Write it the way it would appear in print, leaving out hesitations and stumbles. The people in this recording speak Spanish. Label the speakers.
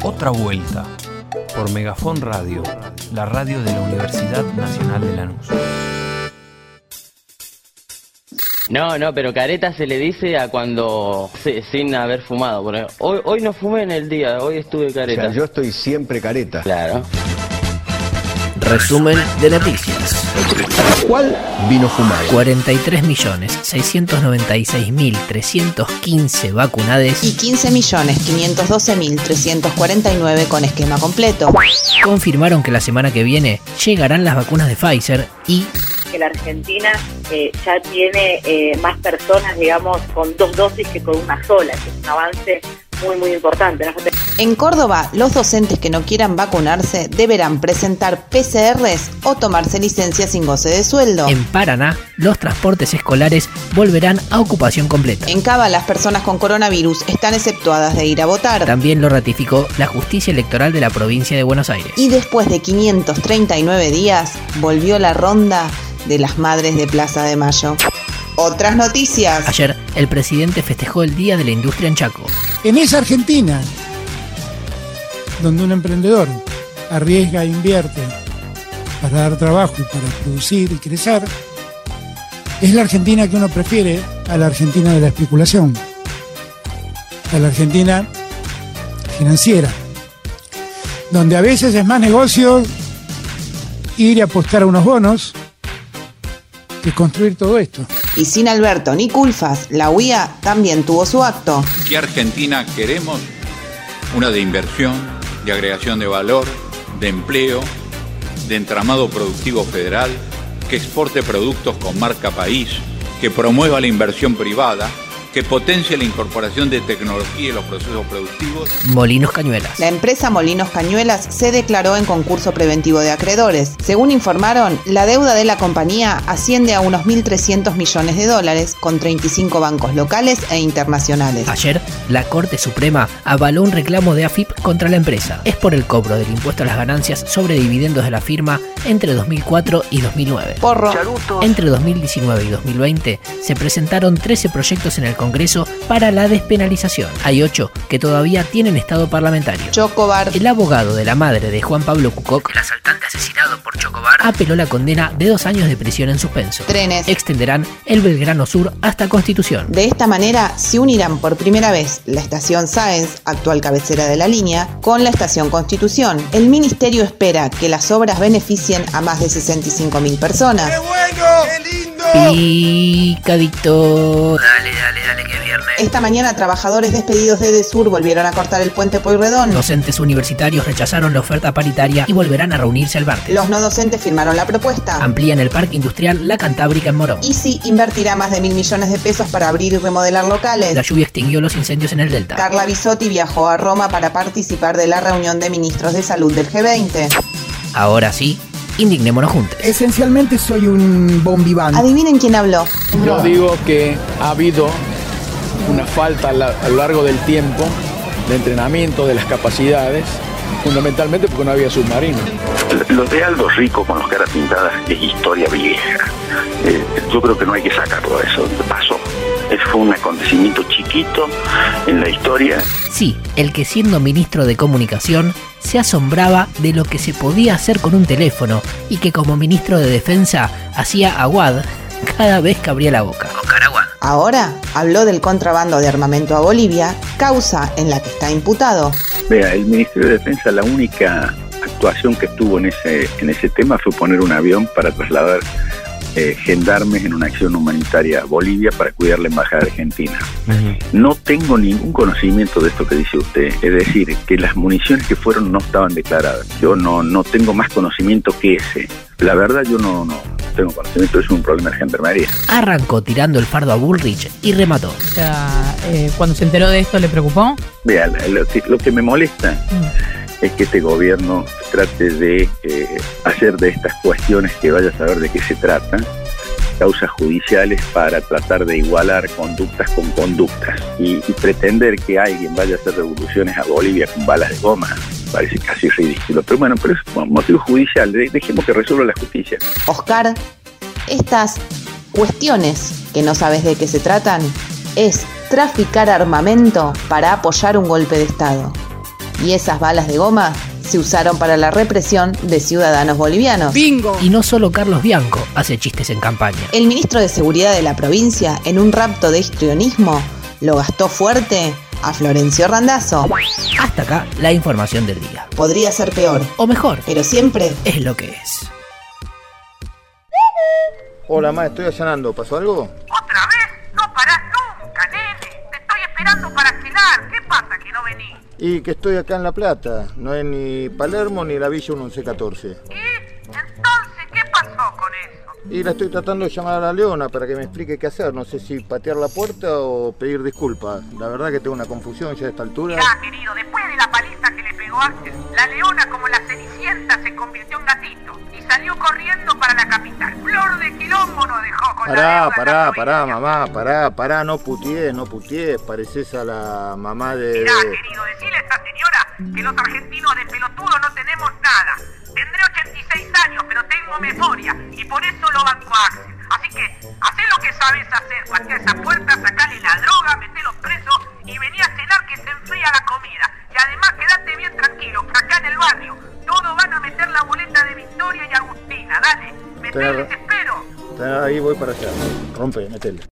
Speaker 1: Otra vuelta por Megafon Radio, la radio de la Universidad Nacional de Lanús.
Speaker 2: No, pero careta se le dice a cuando sin haber fumado. Porque hoy no fumé en el día, hoy estuve careta.
Speaker 3: O sea, yo estoy siempre careta.
Speaker 2: Claro.
Speaker 4: Resumen de noticias.
Speaker 3: ¿Cuál vino fumado?
Speaker 4: 43.696.315 vacunades
Speaker 5: y 15.512.349 con esquema completo.
Speaker 4: Confirmaron que la semana que viene llegarán las vacunas de Pfizer y
Speaker 6: que la Argentina ya tiene más personas, digamos, con 2 dosis que con una sola, que es un avance muy importante, ¿no?
Speaker 5: En Córdoba, los docentes que no quieran vacunarse deberán presentar PCRs o tomarse licencia sin goce de sueldo.
Speaker 4: En Paraná, los transportes escolares volverán a ocupación completa.
Speaker 5: En Cava, las personas con coronavirus están exceptuadas de ir a votar.
Speaker 4: También lo ratificó la Justicia Electoral de la provincia de Buenos Aires.
Speaker 5: Y después de 539 días, volvió la ronda de las Madres de Plaza de Mayo. Otras noticias.
Speaker 4: Ayer, el presidente festejó el Día de la Industria en Chaco.
Speaker 7: En esa Argentina, donde un emprendedor arriesga e invierte para dar trabajo y para producir y crecer, es la Argentina que uno prefiere a la Argentina de la especulación, a la Argentina financiera, donde a veces es más negocio ir y apostar a unos bonos que construir todo esto.
Speaker 5: Y sin Alberto ni Culfas, la UIA también tuvo su acto.
Speaker 8: ¿Qué Argentina queremos? Una de inversión, de agregación de valor, de empleo, de entramado productivo federal, que exporte productos con marca país, que promueva la inversión privada, que potencie la incorporación de tecnología en los procesos productivos.
Speaker 4: Molinos Cañuelas.
Speaker 5: La empresa Molinos Cañuelas se declaró en concurso preventivo de acreedores. Según informaron, la deuda de la compañía asciende a unos 1.300 millones de dólares con 35 bancos locales e internacionales.
Speaker 4: Ayer, la Corte Suprema avaló un reclamo de AFIP contra la empresa. Es por el cobro del impuesto a las ganancias sobre dividendos de la firma entre 2004 y 2009.
Speaker 5: Porro.
Speaker 4: Charutos. Entre 2019 y 2020 se presentaron 13 proyectos en el Congreso para la despenalización. Hay 8 que todavía tienen estado parlamentario.
Speaker 5: Chocobar.
Speaker 4: El abogado de la madre de Juan Pablo Cucoc, el asaltante asesinado por Chocobar, apeló la condena de 2 años de prisión en suspenso.
Speaker 5: Trenes.
Speaker 4: Extenderán el Belgrano Sur hasta Constitución.
Speaker 5: De esta manera se unirán por primera vez la estación Sáenz, actual cabecera de la línea, con la estación Constitución. El ministerio espera que las obras beneficien a más de 65.000 personas.
Speaker 9: ¡Qué bueno! ¡Qué lindo!
Speaker 4: Picadito. Dale, que es viernes.
Speaker 5: Esta mañana, trabajadores despedidos de Edesur volvieron a cortar el puente Pueyrredón.
Speaker 4: Docentes universitarios rechazaron la oferta paritaria y volverán a reunirse el martes.
Speaker 5: Los no docentes firmaron la propuesta.
Speaker 4: Amplían el parque industrial La Cantábrica en Morón.
Speaker 5: ICI invertirá más de 1.000 millones de pesos para abrir y remodelar locales.
Speaker 4: La lluvia extinguió los incendios en el Delta.
Speaker 5: Carla Bisotti viajó a Roma para participar de la reunión de ministros de salud del G20.
Speaker 4: Ahora sí, indignémonos juntos.
Speaker 10: Esencialmente soy un bombiván.
Speaker 5: Adivinen quién habló.
Speaker 11: Yo digo que ha habido una falta a lo largo del tiempo de entrenamiento de las capacidades, fundamentalmente porque no había submarinos.
Speaker 12: Lo de Aldo Rico con las caras pintadas es historia vieja. Yo creo que no hay que sacarlo de eso. Pasó. Fue un acontecimiento chiquito en la historia.
Speaker 4: Sí, el que siendo ministro de Comunicación se asombraba de lo que se podía hacer con un teléfono y que como ministro de Defensa hacía aguad cada vez que abría la boca. Oscar Aguad.
Speaker 5: Ahora habló del contrabando de armamento a Bolivia, causa en la que está imputado.
Speaker 12: Vea, el Ministerio de Defensa, la única actuación que tuvo en ese tema fue poner un avión para trasladar gendarmes en una acción humanitaria a Bolivia para cuidar la embajada argentina. No tengo ningún conocimiento de esto que dice usted, es decir, que las municiones que fueron no estaban declaradas. Yo no tengo más conocimiento que ese. La verdad, yo no tengo conocimiento, es un problema de gendarmería.
Speaker 4: Arrancó tirando el fardo a Bullrich y remató.
Speaker 13: O sea, cuando se enteró de esto, ¿le preocupó?
Speaker 12: Vea, lo que me molesta es que este gobierno trate de hacer de estas cuestiones, que vaya a saber de qué se trata, causas judiciales para tratar de igualar conductas con conductas y pretender que alguien vaya a hacer revoluciones a Bolivia con balas de goma parece casi ridículo. Pero bueno, pero es un motivo judicial, dejemos que resuelva la justicia.
Speaker 5: Oscar, estas cuestiones que no sabes de qué se tratan es traficar armamento para apoyar un golpe de Estado. Y esas balas de goma se usaron para la represión de ciudadanos bolivianos.
Speaker 4: ¡Bingo! Y no solo Carlos Bianco hace chistes en campaña.
Speaker 5: El ministro de Seguridad de la provincia, en un rapto de histrionismo, lo gastó fuerte a Florencio Randazzo.
Speaker 4: Hasta acá la información del día.
Speaker 5: Podría ser peor.
Speaker 4: O mejor.
Speaker 5: Pero siempre
Speaker 4: es lo que es.
Speaker 9: Hola, ma, estoy allanando. ¿Pasó algo?
Speaker 14: ¿Otra vez? No parás nunca, nene. Te estoy esperando para cenar. ¿Qué pasa que no venís?
Speaker 9: Y que estoy acá en La Plata. No es ni Palermo ni la Villa 1114.
Speaker 14: ¿Y? Entonces, ¿qué pasó con eso?
Speaker 9: Y la estoy tratando de llamar a la Leona para que me explique qué hacer. No sé si patear la puerta o pedir disculpas. La verdad que tengo una confusión ya a esta altura.
Speaker 14: Mirá, querido, después de la paliza que le pegó Axel, la Leona, como la Cenicienta, se convirtió en gatito y salió corriendo para la capital. Flor de quilombo nos dejó con la deuda.
Speaker 9: Pará, mamá, pará, no putees, pareces a la mamá de...
Speaker 14: Mirá, querido, decile a esta señora que los argentinos de pelotudo no tenemos nada. Tendré 86 años, pero tengo memoria y por eso lo banco a Axel. Así que, hacé lo que sabes hacer, patea esa puerta, sacale la droga, metelo preso y vení a cenar que se enfría la comida. Y además quédate bien tranquilo, que acá en el barrio todos van a meter la boleta de Victoria y Agustina. Dale, metele, te espero.
Speaker 9: Ahí voy para allá, rompe, metele.